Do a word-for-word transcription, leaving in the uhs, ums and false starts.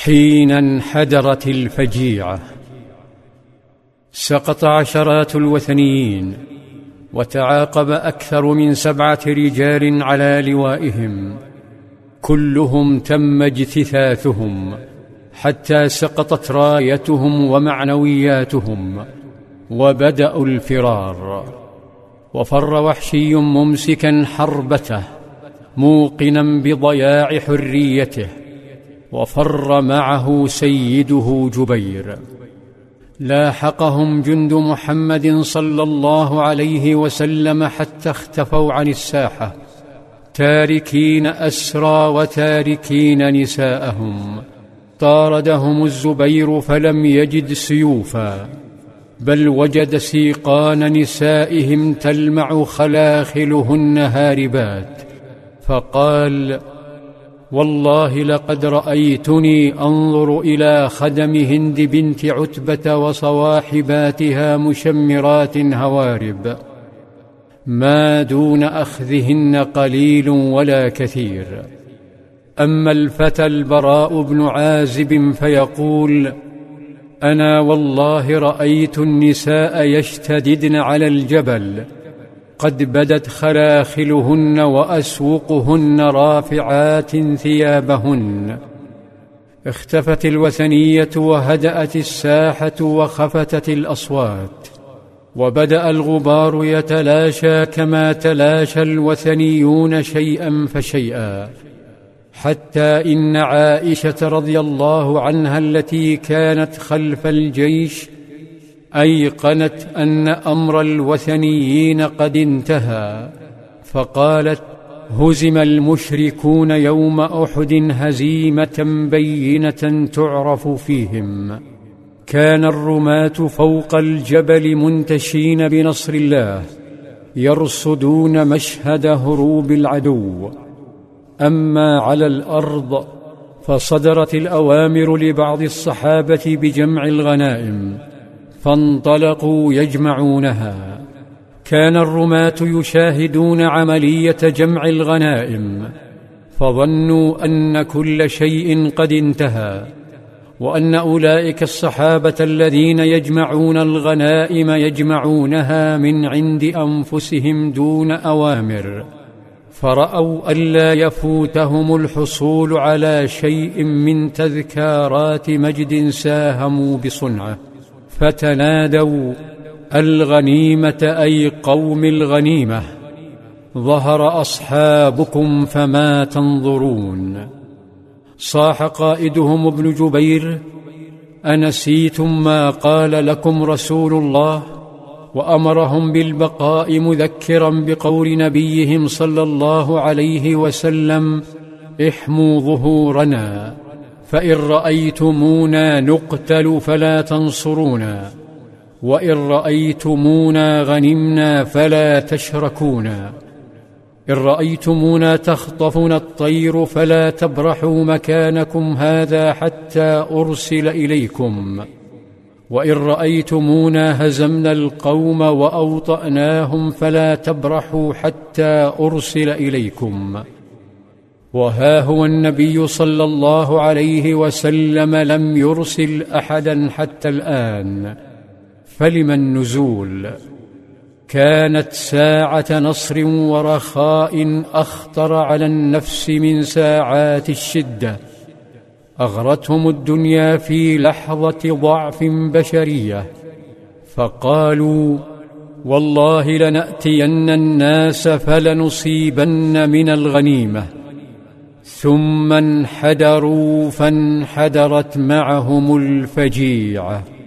حين انحدرت الفجيعة سقط عشرات الوثنيين، وتعاقب أكثر من سبعة رجال على لوائهم، كلهم تم اجتثاثهم حتى سقطت رايتهم ومعنوياتهم، وبدأوا الفرار. وفر وحشي ممسكا حربته موقنا بضياع حريته، وفر معه سيده جبير. لاحقهم جند محمد صلى الله عليه وسلم حتى اختفوا عن الساحة، تاركين أسرى وتاركين نساءهم. طاردهم الزبير فلم يجد سيوفا، بل وجد سيقان نسائهم تلمع خلاخلهن هاربات، فقال: والله لقد رأيتني أنظر إلى خدم هند بنت عتبة وصواحباتها مشمرات هوارب، ما دون أخذهن قليل ولا كثير. أما الفتى البراء بن عازب فيقول: أنا والله رأيت النساء يشتددن على الجبل، قد بدت خلاخلهن وأسوقهن رافعات ثيابهن. اختفت الوثنية وهدأت الساحة وخفتت الأصوات، وبدأ الغبار يتلاشى كما تلاشى الوثنيون شيئا فشيئا، حتى إن عائشة رضي الله عنها التي كانت خلف الجيش أيقنت أن أمر الوثنيين قد انتهى، فقالت: هزم المشركون يوم أحد هزيمة بينة تعرف فيهم. كان الرماة فوق الجبل منتشين بنصر الله يرصدون مشهد هروب العدو. أما على الأرض فصدرت الأوامر لبعض الصحابة بجمع الغنائم، فانطلقوا يجمعونها. كان الرماة يشاهدون عملية جمع الغنائم، فظنوا أن كل شيء قد انتهى، وأن أولئك الصحابة الذين يجمعون الغنائم يجمعونها من عند أنفسهم دون أوامر، فرأوا ألا يفوتهم الحصول على شيء من تذكارات مجد ساهموا بصنعه، فتنادوا: الغنيمة أي قوم الغنيمة، ظهر أصحابكم فما تنظرون. صاح قائدهم ابن جبير: أنسيتم ما قال لكم رسول الله؟ وأمرهم بالبقاء مذكرا بقول نبيهم صلى الله عليه وسلم: احموا ظهورنا، فإن رأيتمونا نقتل فلا تنصرونا، وإن رأيتمونا غنمنا فلا تشركونا، إن رأيتمونا تخطفنا الطير فلا تبرحوا مكانكم هذا حتى أرسل إليكم، وإن رأيتمونا هزمنا القوم وأوطأناهم فلا تبرحوا حتى أرسل إليكم. وها هو النبي صلى الله عليه وسلم لم يرسل أحدا حتى الآن، فلم النزول؟ كانت ساعة نصر ورخاء أخطر على النفس من ساعات الشدة. أغرتهم الدنيا في لحظة ضعف بشرية، فقالوا: والله لنأتين الناس فلنصيبن من الغنيمة. ثم انحدروا فانحدرت معهم الفجيعة.